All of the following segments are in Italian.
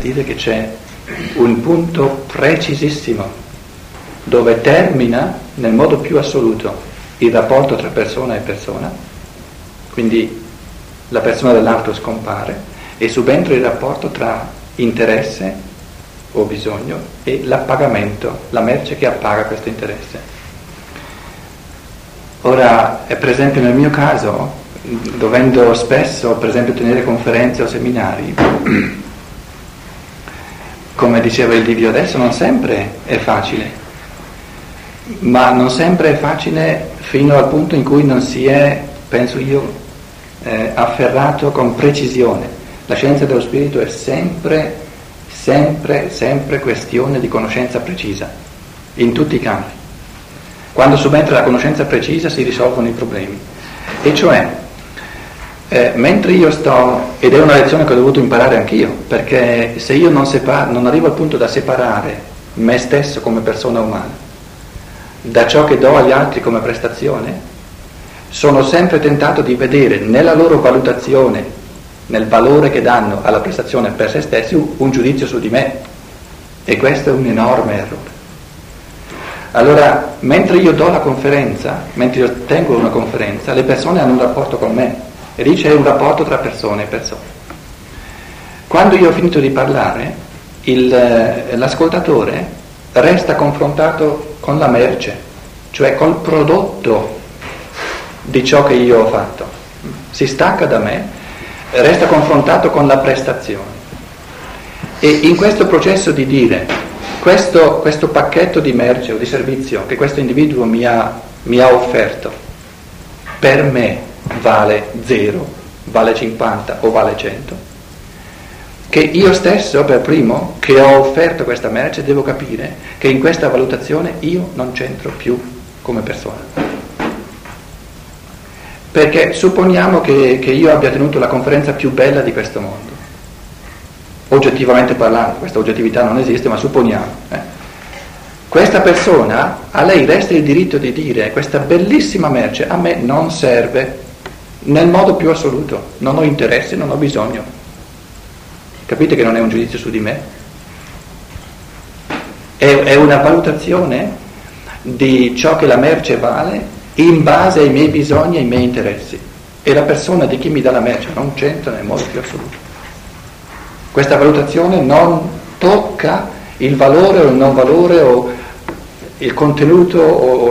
dire che c'è un punto precisissimo dove termina nel modo più assoluto il rapporto tra persona e persona, quindi la persona dell'altro scompare e subentra il rapporto tra interesse o bisogno e l'appagamento, la merce che appaga questo interesse. Ora, per esempio nel mio caso, dovendo spesso per esempio tenere conferenze o seminari, come diceva il Livio adesso, non sempre è facile, ma non sempre è facile fino al punto in cui non si è, penso io, afferrato con precisione. La scienza dello spirito è sempre questione di conoscenza precisa, in tutti i campi. Quando subentra la conoscenza precisa si risolvono i problemi. E cioè, mentre io sto, ed è una lezione che ho dovuto imparare anch'io, perché se io non arrivo al punto da separare me stesso come persona umana da ciò che do agli altri come prestazione, sono sempre tentato di vedere nella loro valutazione, nel valore che danno alla prestazione per se stessi, un giudizio su di me, e questo è un enorme errore. Allora, mentre io do la conferenza, mentre io tengo una conferenza, le persone hanno un rapporto con me, e lì c'è un rapporto tra persone e persone. Quando io ho finito di parlare, l'ascoltatore resta confrontato con la merce, cioè col prodotto di ciò che io ho fatto. Si stacca da me, resta confrontato con la prestazione. E in questo processo di dire, questo pacchetto di merce o di servizio che questo individuo mi ha offerto, per me vale 0, vale 50 o vale 100, che io stesso per primo che ho offerto questa merce devo capire che in questa valutazione io non c'entro più come persona. Perché supponiamo che io abbia tenuto la conferenza più bella di questo mondo, oggettivamente parlando, questa oggettività non esiste, ma supponiamo. Questa persona, a lei resta il diritto di dire: questa bellissima merce a me non serve nel modo più assoluto, non ho interesse, non ho bisogno. Capite che non è un giudizio su di me? È una valutazione di ciò che la merce vale in base ai miei bisogni e ai miei interessi. E la persona di chi mi dà la merce non c'entra nel modo più assoluto. Questa valutazione non tocca il valore o il non valore o il contenuto o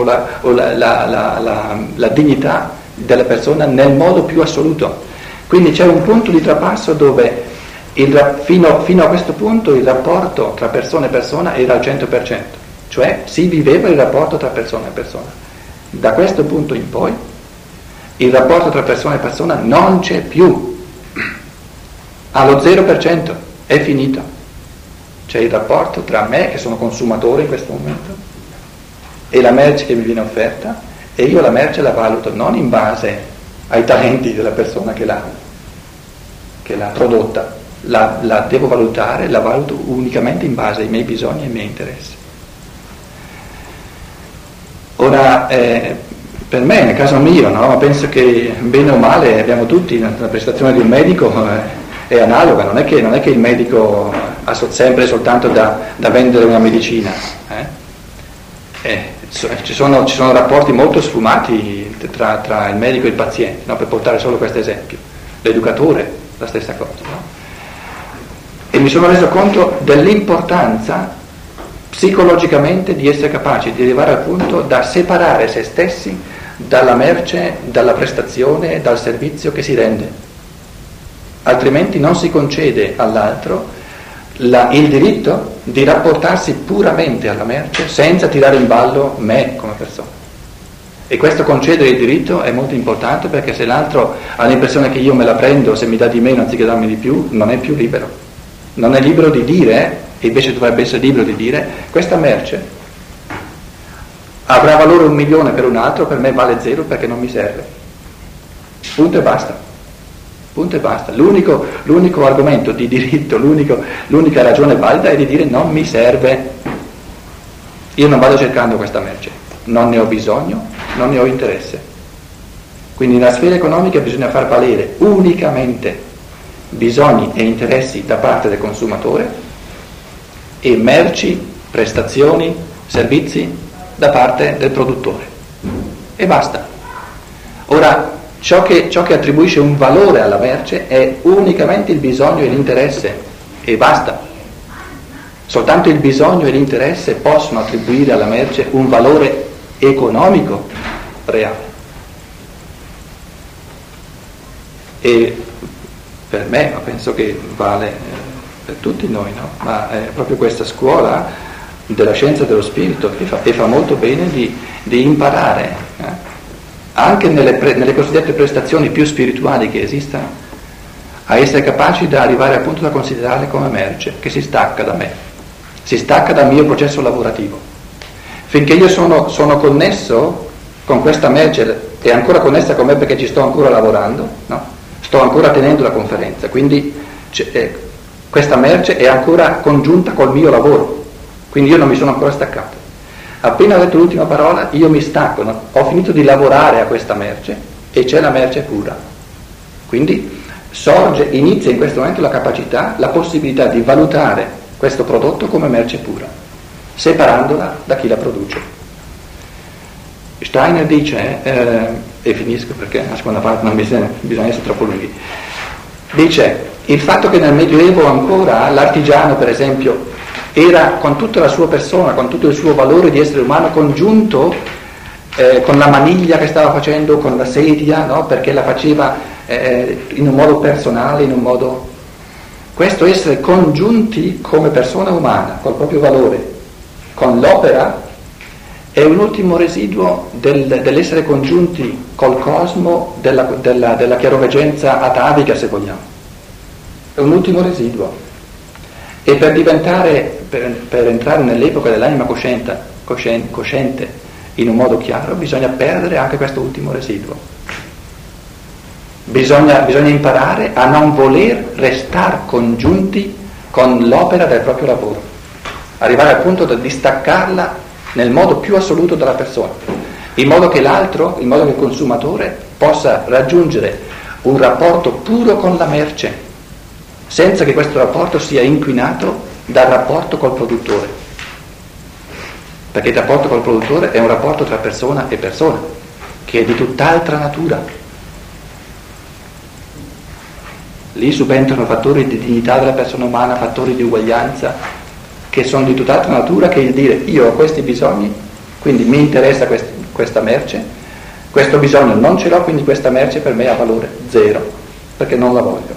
la dignità della persona nel modo più assoluto. Quindi c'è un punto di trapasso dove fino a questo punto il rapporto tra persona e persona era al 100%, cioè si viveva il rapporto tra persona e persona. Da questo punto in poi il rapporto tra persona e persona non c'è più, allo 0%, è finito. C'è il rapporto tra me, che sono consumatore in questo momento, e la merce che mi viene offerta, e io la merce la valuto non in base ai talenti della persona che l'ha prodotta, la devo valutare, la valuto unicamente in base ai miei bisogni e ai miei interessi. Ora, per me, nel caso mio, no, penso che bene o male abbiamo tutti, la prestazione di un medico è analoga, non è che il medico ha sempre soltanto da vendere una medicina. Ci sono rapporti molto sfumati tra il medico e il paziente, no, per portare solo questo esempio. L'educatore, la stessa cosa, no? E mi sono reso conto dell'importanza psicologicamente di essere capaci di arrivare al punto da separare se stessi dalla merce, dalla prestazione, dal servizio che si rende. Altrimenti non si concede all'altro il diritto di rapportarsi puramente alla merce senza tirare in ballo me come persona. E questo concedere il diritto è molto importante, perché se l'altro ha l'impressione che io me la prendo, se mi dà di meno anziché darmi di più, non è più libero. Non è libero di dire, e invece dovrebbe essere libero di dire: questa merce avrà valore 1 milione per un altro, per me vale 0 perché non mi serve. Punto e basta. Punto e basta. L'unico argomento di diritto, l'unica ragione valida è di dire: non mi serve. Io non vado cercando questa merce, non ne ho bisogno, non ne ho interesse. Quindi nella sfera economica bisogna far valere unicamente bisogni e interessi da parte del consumatore e merci, prestazioni, servizi da parte del produttore. E basta. Ora, ciò che attribuisce un valore alla merce è unicamente il bisogno e l'interesse, e basta. Soltanto il bisogno e l'interesse possono attribuire alla merce un valore economico reale. E per me, ma penso che vale per tutti noi, no? Ma proprio questa scuola della scienza dello spirito e fa molto bene di imparare, anche nelle cosiddette prestazioni più spirituali che esistano, a essere capaci da arrivare appunto da considerarle come merce, che si stacca da me, si stacca dal mio processo lavorativo. Finché io sono connesso con questa merce, è ancora connessa con me perché ci sto ancora lavorando, no? Sto ancora tenendo la conferenza, quindi questa merce è ancora congiunta col mio lavoro, quindi io non mi sono ancora staccato. Appena ho detto l'ultima parola io mi stacco, no? Ho finito di lavorare a questa merce e c'è la merce pura. Quindi inizia in questo momento la capacità, la possibilità di valutare questo prodotto come merce pura, separandola da chi la produce. Steiner dice, e finisco perché la seconda parte non bisogna essere troppo lunghi, dice il fatto che nel Medioevo ancora l'artigiano, per esempio, era con tutta la sua persona, con tutto il suo valore di essere umano congiunto con la maniglia che stava facendo, con la sedia, no? Perché la faceva in un modo personale, in un modo... Questo essere congiunti come persona umana, col proprio valore, con l'opera, è un ultimo residuo dell'essere congiunti col cosmo, della chiaroveggenza atavica, se vogliamo. È un ultimo residuo. E per entrare nell'epoca dell'anima cosciente in un modo chiaro, bisogna perdere anche questo ultimo residuo. Bisogna imparare a non voler restare congiunti con l'opera del proprio lavoro, arrivare al punto di distaccarla nel modo più assoluto dalla persona, in modo che l'altro, in modo che il consumatore possa raggiungere un rapporto puro con la merce, senza che questo rapporto sia inquinato dal rapporto col produttore, perché il rapporto col produttore è un rapporto tra persona e persona, che è di tutt'altra natura. Lì subentrano fattori di dignità della persona umana, fattori di uguaglianza, che sono di tutt'altra natura che il dire io ho questi bisogni, quindi mi interessa questa merce, questo bisogno non ce l'ho, quindi questa merce per me ha valore zero, perché non la voglio.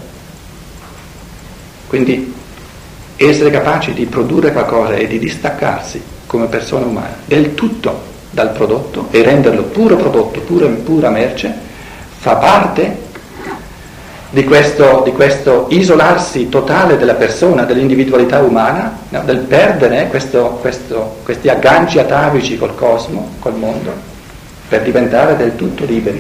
Quindi essere capaci di produrre qualcosa e di distaccarsi come persona umana del tutto dal prodotto e renderlo puro prodotto, pura merce, fa parte di questo isolarsi totale della persona, dell'individualità umana, no? Del perdere questi agganci atavici col cosmo, col mondo, per diventare del tutto liberi.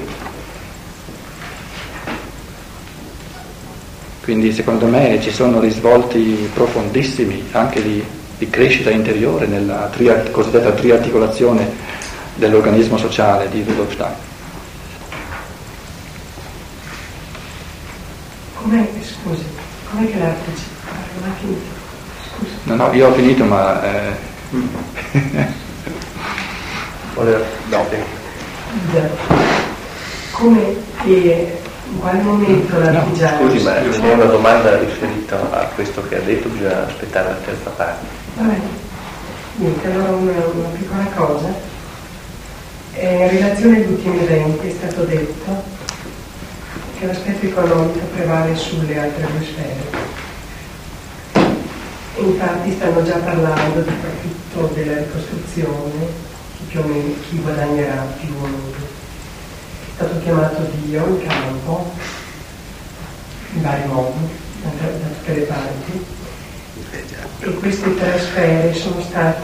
Quindi secondo me ci sono risvolti profondissimi anche di crescita interiore nella cosiddetta triarticolazione dell'organismo sociale di Rudolf Steiner. Com'è che l'arte ci parla? Scusa. No, io ho finito, ma... Come che in quale momento l'artigiano... Scusi, ma c'è una domanda riferita a questo che ha detto, bisogna aspettare la terza parte. Va bene. Niente, allora una piccola cosa. In relazione agli ultimi eventi è stato detto che l'aspetto economico prevale sulle altre due sfere. E infatti stanno già parlando del profitto della ricostruzione, più o meno chi guadagnerà più o meno. È stato chiamato Dio in campo, in vari modi, da tutte le parti, e queste tre sfere sono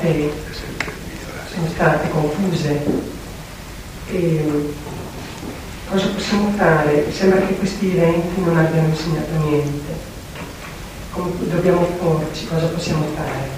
state confuse. E cosa possiamo fare? Sembra che questi eventi non abbiano insegnato niente. Come dobbiamo porci? Cosa possiamo fare?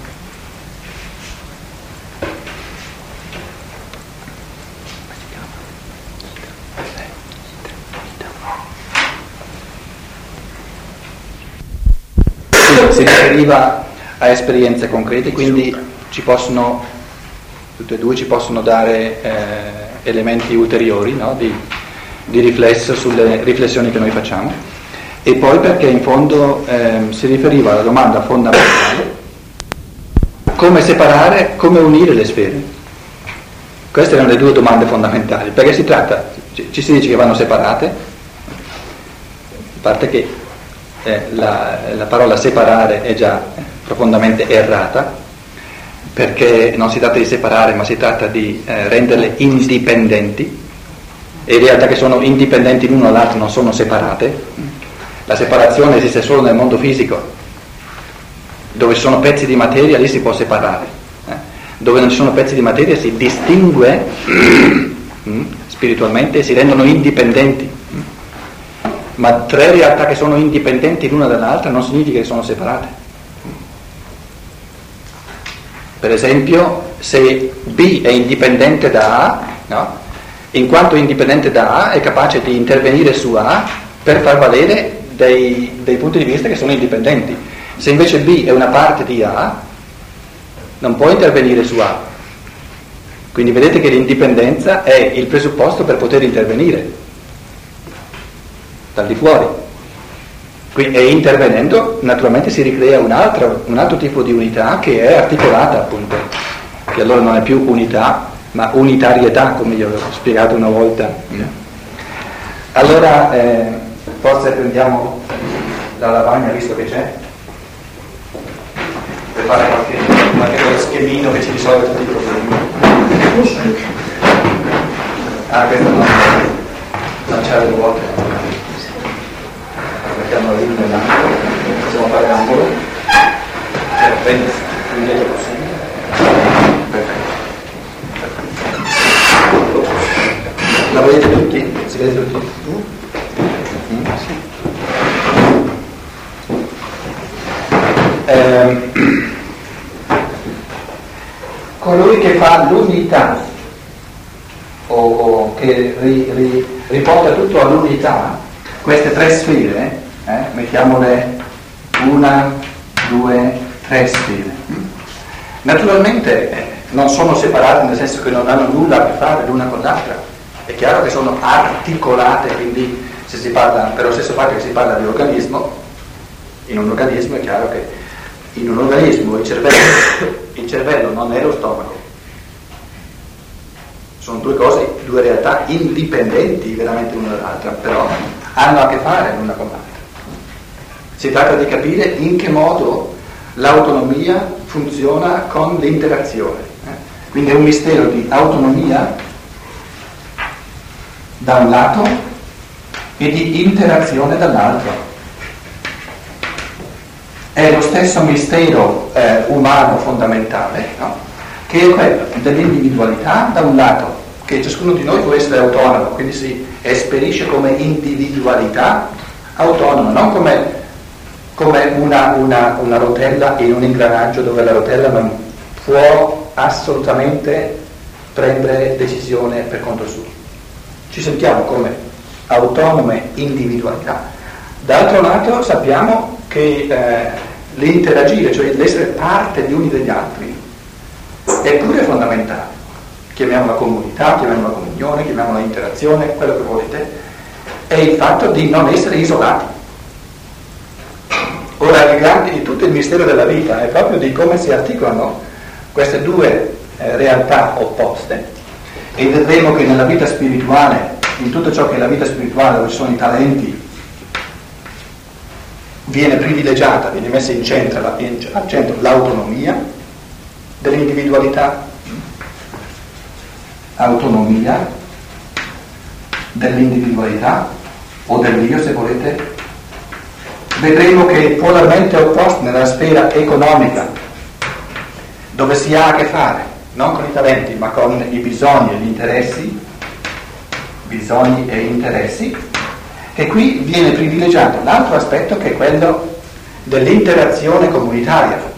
Si riferiva a esperienze concrete, quindi tutte e due ci possono dare elementi ulteriori, no? di riflesso sulle riflessioni che noi facciamo, e poi perché in fondo si riferiva alla domanda fondamentale: come separare, come unire le sfere. Queste erano le due domande fondamentali, perché si tratta, ci si dice che vanno separate, a parte che la parola separare è già profondamente errata, perché non si tratta di separare, ma si tratta di renderle indipendenti, e in realtà che sono indipendenti l'uno dall'altro, non sono separate. La separazione esiste solo nel mondo fisico, dove ci sono pezzi di materia, lì si può separare. Dove non ci sono pezzi di materia si distingue spiritualmente e si rendono indipendenti. Ma tre realtà che sono indipendenti l'una dall'altra non significa che sono separate. Per esempio, se B è indipendente da A, no? In quanto indipendente da A è capace di intervenire su A per far valere dei punti di vista che sono indipendenti. Se invece B è una parte di A, non può intervenire su A. Quindi vedete che l'indipendenza è il presupposto per poter intervenire dal di fuori. E intervenendo naturalmente si ricrea un altro tipo di unità che è articolata, appunto, che allora non è più unità ma unitarietà, come io ho spiegato una volta. Allora forse prendiamo la lavagna, visto che c'è, per fare qualche schemino che ci risolve tutti i problemi. Questo no, non c'è le vuote, mettiamo lì nell'angolo, possiamo fare l'angolo, prendi indietro possibile. Perfetto. La vedete tutti? Si vede tutti? Colui che fa l'unità o che riporta tutto all'unità, queste tre sfere, mettiamole 1, 2, 3 sfere, naturalmente non sono separate, nel senso che non hanno nulla a che fare l'una con l'altra. È chiaro che sono articolate, quindi se si parla, per lo stesso fatto che si parla di organismo, in un organismo è chiaro che in un organismo il cervello non è lo stomaco. Sono due cose, due realtà indipendenti veramente l'una dall'altra, però hanno a che fare l'una con l'altra. Si tratta di capire in che modo l'autonomia funziona con l'interazione. Quindi è un mistero di autonomia da un lato e di interazione dall'altro. È lo stesso mistero umano fondamentale, no? Che è quello dell'individualità da un lato, che ciascuno di noi può essere autonomo, quindi si esperisce come individualità autonoma, non come una rotella in un ingranaggio dove la rotella non può assolutamente prendere decisione per conto suo. Ci sentiamo come autonome individualità. D'altro lato sappiamo che l'interagire, cioè l'essere parte di uni degli altri, è pure fondamentale. Chiamiamola comunità, chiamiamola comunione, chiamiamola interazione, quello che volete, è il fatto di non essere isolati. Ora, tutto il mistero della vita è proprio di come si articolano queste due realtà opposte, e vedremo che nella vita spirituale, in tutto ciò che è la vita spirituale, dove ci sono i talenti, viene privilegiata, viene messa in centro, al centro l'autonomia dell'individualità, autonomia dell'individualità o dell'io, se volete. Vedremo che polarmente opposti nella sfera economica, dove si ha a che fare non con i talenti ma con i bisogni e gli interessi, bisogni e interessi, e qui viene privilegiato l'altro aspetto, che è quello dell'interazione comunitaria.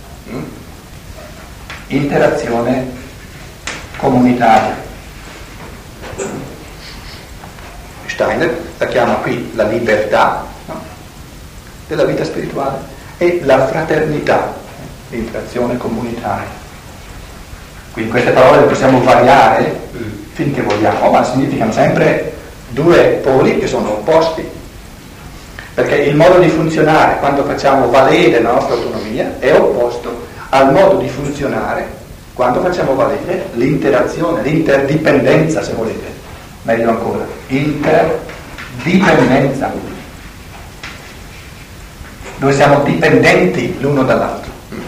Interazione comunitaria. Steiner la chiama qui la libertà, no? Della vita spirituale, e la fraternità, l'interazione comunitaria. Quindi queste parole le possiamo variare finché vogliamo, ma significano sempre due poli che sono opposti, perché il modo di funzionare quando facciamo valere la nostra autonomia è opposto al modo di funzionare quando facciamo valere l'interazione, l'interdipendenza, se volete, meglio ancora, interdipendenza, dove siamo dipendenti l'uno dall'altro.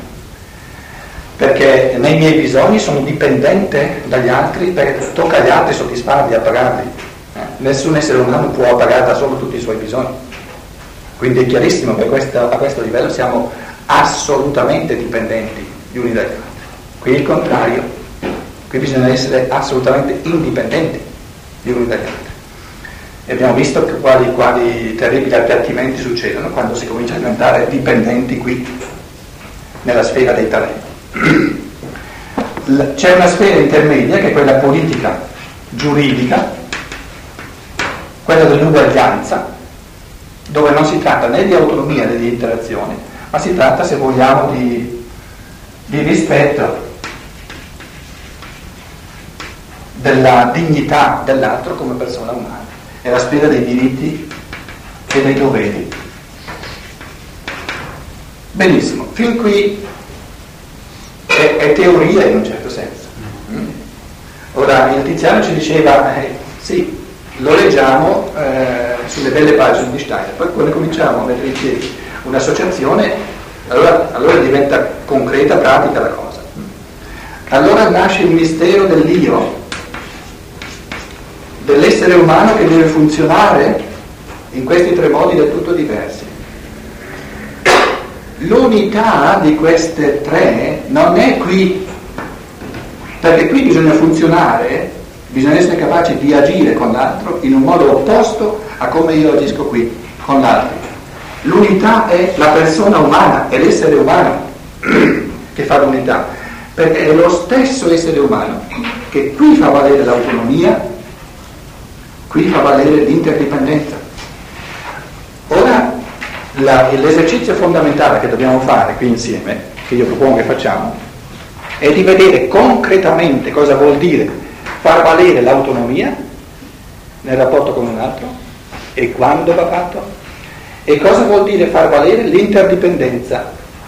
Perché nei miei bisogni sono dipendente dagli altri, perché tocca agli altri soddisfarli, appagarli. Nessun essere umano può appagare da solo tutti i suoi bisogni. Quindi è chiarissimo che a questo livello siamo assolutamente dipendenti gli uni dagli altri. Qui è il contrario, qui bisogna essere assolutamente indipendenti gli uni dagli altri. E abbiamo visto che quali terribili appiattimenti succedono quando si comincia a diventare dipendenti qui, nella sfera dei talenti. C'è una sfera intermedia che è quella politica, giuridica, quella dell'uguaglianza, dove non si tratta né di autonomia né di interazione, ma si tratta, se vogliamo, di rispetto della dignità dell'altro come persona umana. È la sfera dei diritti e dei doveri. Benissimo, fin qui è teoria in un certo senso. Ora il Tiziano ci diceva sì, lo leggiamo sulle belle pagine di Steiner, poi quando cominciamo a mettere in piedi un'associazione allora diventa concreta, pratica la cosa. Allora nasce il mistero dell'io, dell'essere umano che deve funzionare in questi tre modi del tutto diversi. L'unità di queste tre non è qui, perché qui bisogna funzionare, bisogna essere capaci di agire con l'altro in un modo opposto a come io agisco qui con l'altro. L'unità è la persona umana, è l'essere umano che fa l'unità, perché è lo stesso essere umano che qui fa valere l'autonomia, qui fa valere l'interdipendenza. Ora l'esercizio fondamentale che dobbiamo fare qui insieme, che io propongo che facciamo, è di vedere concretamente cosa vuol dire far valere l'autonomia nel rapporto con un altro e quando va fatto, e cosa vuol dire far valere l'interdipendenza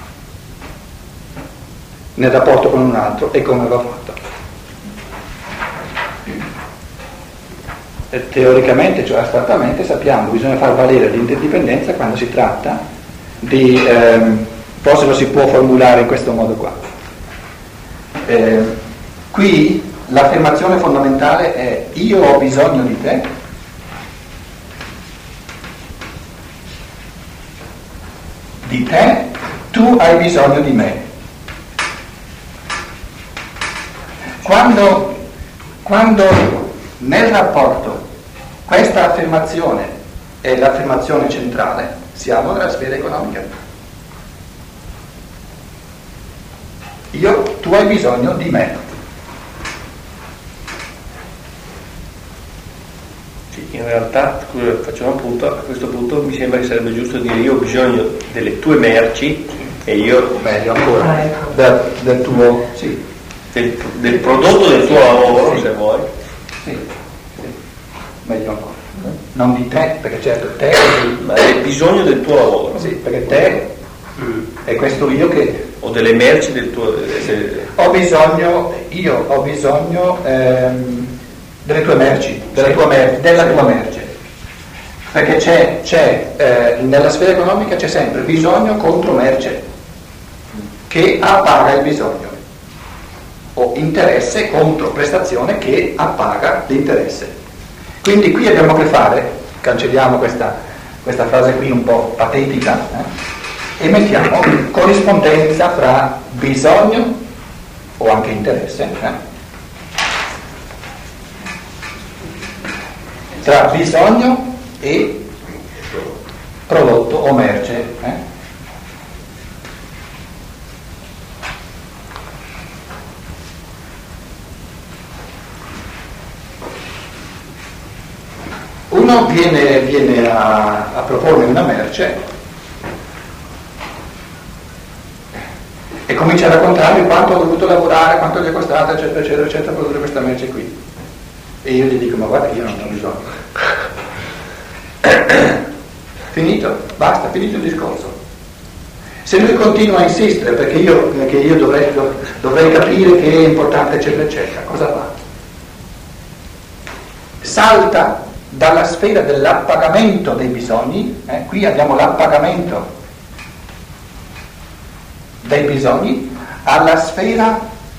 nel rapporto con un altro e come va fatto. Teoricamente, cioè astrattamente, sappiamo che bisogna far valere l'interdipendenza quando si tratta di, forse lo si può formulare in questo modo qua. Qui l'affermazione fondamentale è: io ho bisogno di te, tu hai bisogno di me. Quando nel rapporto questa affermazione è l'affermazione centrale, siamo nella sfera economica. Tu hai bisogno di me. Sì, in realtà, facciamo un punto, a questo punto mi sembra che sarebbe giusto dire: io ho bisogno delle tue merci e io, meglio ancora, del tuo, sì, del prodotto del tuo lavoro, se vuoi. Sì, meglio ancora. Non di te, perché certo te, ma hai bisogno del tuo lavoro. Sì, perché te è questo io che o delle merci del tuo. Ho bisogno delle tue merci, della tua merce. Perché c'è nella sfera economica c'è sempre bisogno contro merce che appaga il bisogno, o interesse contro prestazione che appaga l'interesse. Quindi qui abbiamo a che fare, cancelliamo questa frase qui un po' patetica, e mettiamo corrispondenza fra bisogno o anche interesse, tra bisogno e prodotto o merce. Uno viene a proporre una merce e comincia a raccontarmi quanto ho dovuto lavorare, quanto gli è costato, eccetera, eccetera, eccetera, produrre questa merce qui. E io gli dico, ma guarda che io non ho bisogno. Finito, basta, finito il discorso. Se lui continua a insistere perché io dovrei capire che è importante, eccetera, eccetera, cosa fa? Salta dalla sfera dell'appagamento dei bisogni, qui abbiamo l'appagamento dei bisogni, alla sfera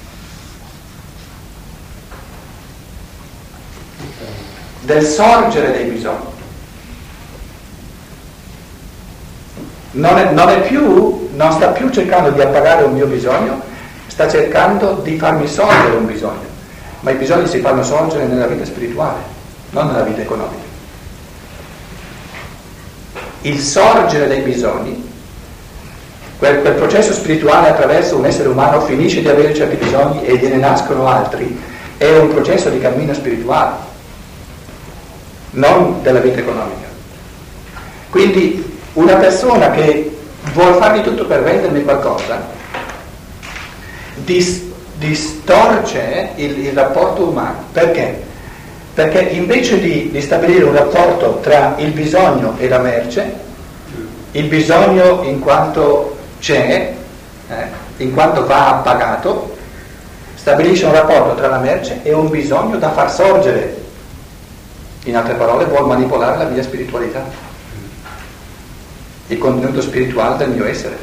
del sorgere dei bisogni. Non sta più cercando di appagare un mio bisogno, sta cercando di farmi sorgere un bisogno, ma i bisogni si fanno sorgere nella vita spirituale, non nella vita economica. Il sorgere dei bisogni, quel processo spirituale attraverso un essere umano finisce di avere certi bisogni e gliene nascono altri, è un processo di cammino spirituale, non della vita economica. Quindi una persona che vuol fare di tutto per vendermi qualcosa distorce il rapporto umano. Perché? Perché invece di stabilire un rapporto tra il bisogno e la merce, il bisogno in quanto c'è, in quanto va appagato, stabilisce un rapporto tra la merce e un bisogno da far sorgere. In altre parole, vuol manipolare la mia spiritualità, il contenuto spirituale del mio essere.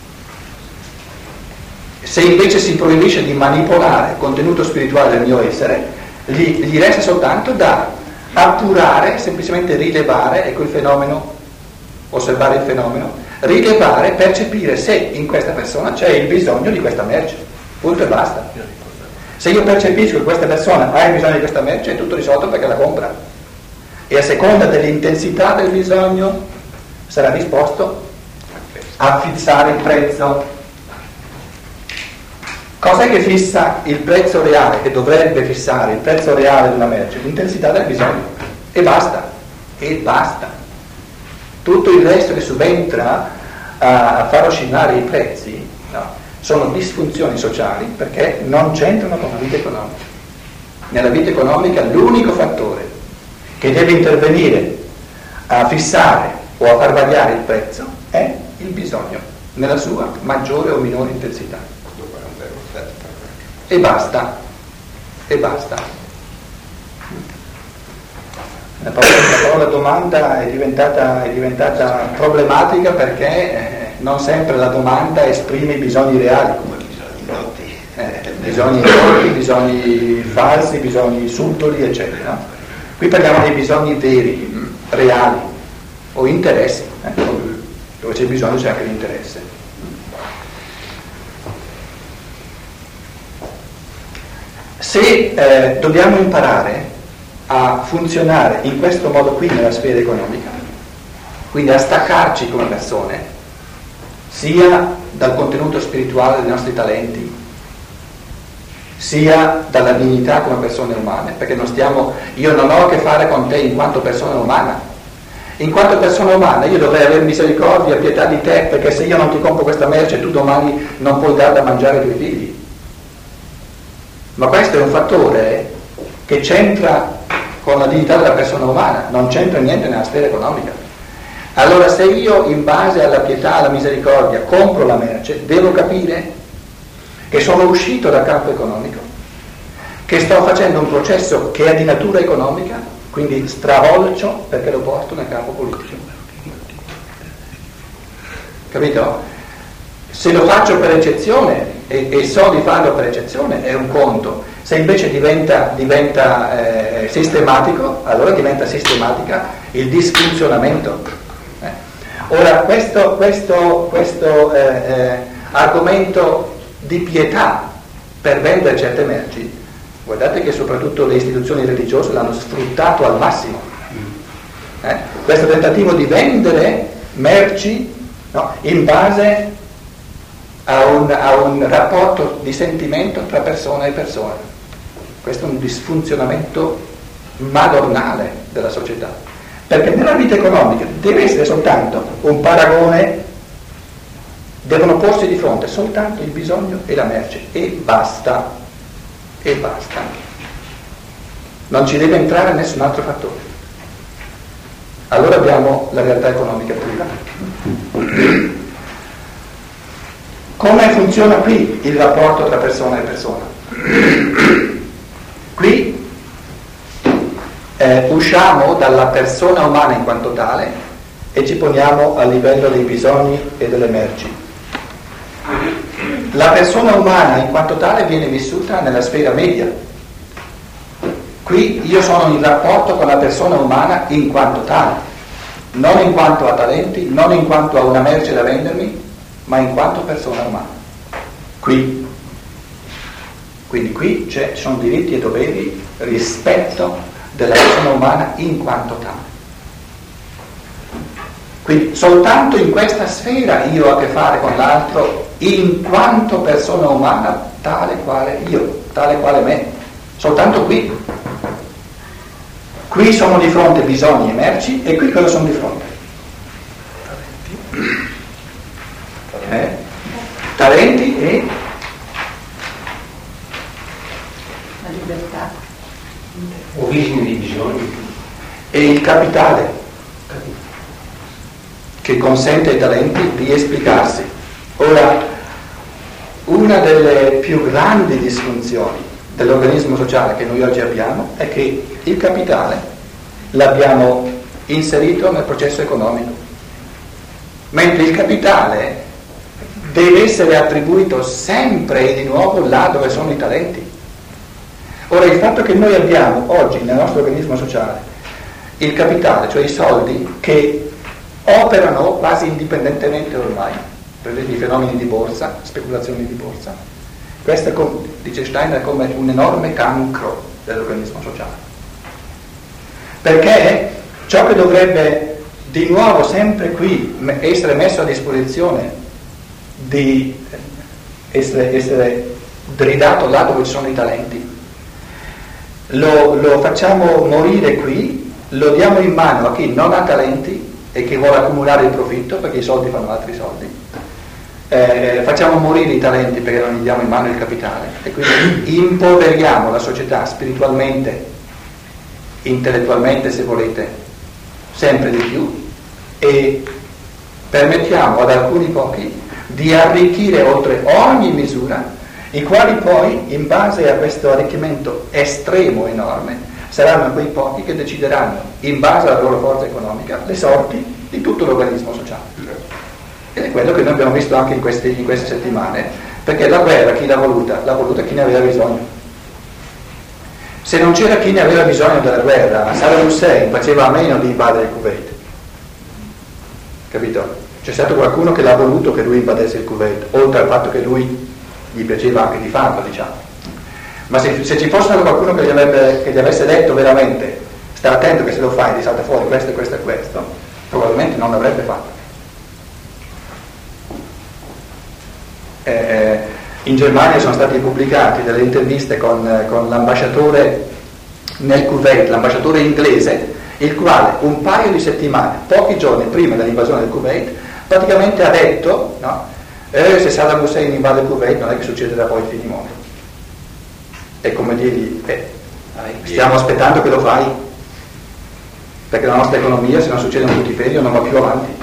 Se invece si proibisce di manipolare il contenuto spirituale del mio essere, gli resta soltanto da appurare, semplicemente rilevare, ecco il fenomeno, osservare il fenomeno, rilevare, percepire se in questa persona c'è il bisogno di questa merce, punto e basta. Se io percepisco che questa persona ha il bisogno di questa merce, è tutto risolto perché la compra, e a seconda dell'intensità del bisogno sarà disposto a fissare il prezzo. Cos'è che fissa il prezzo reale, che dovrebbe fissare il prezzo reale di una merce? L'intensità del bisogno. E basta. E basta. Tutto il resto che subentra a far oscillare i prezzi, no, sono disfunzioni sociali perché non c'entrano con la vita economica. Nella vita economica l'unico fattore che deve intervenire a fissare o a far variare il prezzo è il bisogno, nella sua maggiore o minore intensità. E basta. E basta. La parola domanda è diventata problematica perché non sempre la domanda esprime i bisogni reali. Bisogni enormi, bisogni falsi, bisogni subdoli, eccetera. No? Qui parliamo dei bisogni veri, reali, o interessi, dove c'è bisogno c'è anche l'interesse. Se dobbiamo imparare a funzionare in questo modo qui nella sfera economica, quindi a staccarci come persone, sia dal contenuto spirituale dei nostri talenti, sia dalla dignità come persone umane, perché io non ho a che fare con te in quanto persona umana. In quanto persona umana io dovrei avere misericordia, pietà di te, perché se io non ti compro questa merce tu domani non puoi dare da mangiare ai tuoi figli. Ma questo è un fattore che c'entra con la dignità della persona umana, non c'entra niente nella sfera economica. Allora se io in base alla pietà, alla misericordia compro la merce, devo capire che sono uscito dal campo economico, che sto facendo un processo che è di natura economica, quindi stravolcio perché lo porto nel campo politico. Capito? Se lo faccio per eccezione e so di farlo per eccezione è un conto, se invece diventa sistematico, allora diventa sistematica il disfunzionamento. Ora questo argomento di pietà per vendere certe merci, guardate che soprattutto le istituzioni religiose l'hanno sfruttato al massimo. Questo tentativo di vendere merci, no, in base a un rapporto di sentimento tra persona e persona. Questo è un disfunzionamento madornale della società, perché nella vita economica deve essere soltanto un paragone devono porsi di fronte soltanto il bisogno e la merce, e basta, e basta. Non ci deve entrare nessun altro fattore. Allora abbiamo la realtà economica privata. Come funziona qui il rapporto tra persona e persona? Qui usciamo dalla persona umana in quanto tale e ci poniamo a livello dei bisogni e delle merci. La persona umana in quanto tale viene vissuta nella sfera media. Qui io sono in rapporto con la persona umana in quanto tale, non in quanto a talenti, non in quanto a una merce da vendermi, ma in quanto persona umana. Qui. Quindi qui ci sono diritti e doveri rispetto della persona umana in quanto tale. Quindi soltanto in questa sfera io ho a che fare con l'altro in quanto persona umana tale quale io, tale quale me. Soltanto qui. Qui sono di fronte bisogni e merci, e qui cosa sono di fronte? Talenti e la libertà. Origine di bisogni. E il capitale che consente ai talenti di esplicarsi. Ora, una delle più grandi disfunzioni dell'organismo sociale che noi oggi abbiamo è che il capitale l'abbiamo inserito nel processo economico, mentre il capitale deve essere attribuito sempre e di nuovo là dove sono i talenti. Ora, il fatto che noi abbiamo oggi nel nostro organismo sociale il capitale, cioè i soldi che operano quasi indipendentemente ormai, per i fenomeni di borsa, speculazioni di borsa, questo è, dice Steiner, come un enorme cancro dell'organismo sociale, perché ciò che dovrebbe di nuovo sempre qui essere messo a disposizione di essere ridato là dove ci sono i talenti, lo facciamo morire qui, lo diamo in mano a chi non ha talenti e che vuole accumulare il profitto, perché i soldi fanno altri soldi. Facciamo morire i talenti perché non gli diamo in mano il capitale, e quindi impoveriamo la società spiritualmente, intellettualmente, se volete, sempre di più, e permettiamo ad alcuni pochi di arricchire oltre ogni misura, i quali poi, in base a questo arricchimento estremo, enorme, saranno quei pochi che decideranno, in base alla loro forza economica, le sorti di tutto l'organismo sociale. Ed è quello che noi abbiamo visto anche in queste settimane, perché la guerra chi l'ha voluta? L'ha voluta chi ne aveva bisogno. Se non c'era chi ne aveva bisogno della guerra, Saddam Hussein faceva a meno di invadere il Kuwait. Capito? C'è stato qualcuno che l'ha voluto che lui invadesse il Kuwait, oltre al fatto che lui gli piaceva anche di farlo, diciamo. Ma se ci fosse stato qualcuno che gli avesse detto veramente stai attento che se lo fai ti salta fuori questo e questo e questo, probabilmente non l'avrebbe fatto. In Germania sono stati pubblicati delle interviste con l'ambasciatore nel Kuwait, l'ambasciatore inglese, il quale un paio di settimane, pochi giorni prima dell'invasione del Kuwait, praticamente ha detto, no, se Saddam Hussein invade il Kuwait non è che succederà poi il finimondo. È come dirgli, stiamo aspettando che lo fai, perché la nostra economia, se non succede un putiferio, non va più avanti.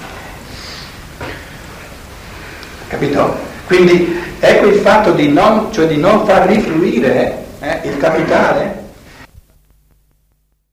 Capito? Quindi ecco il fatto di non far rifluire il capitale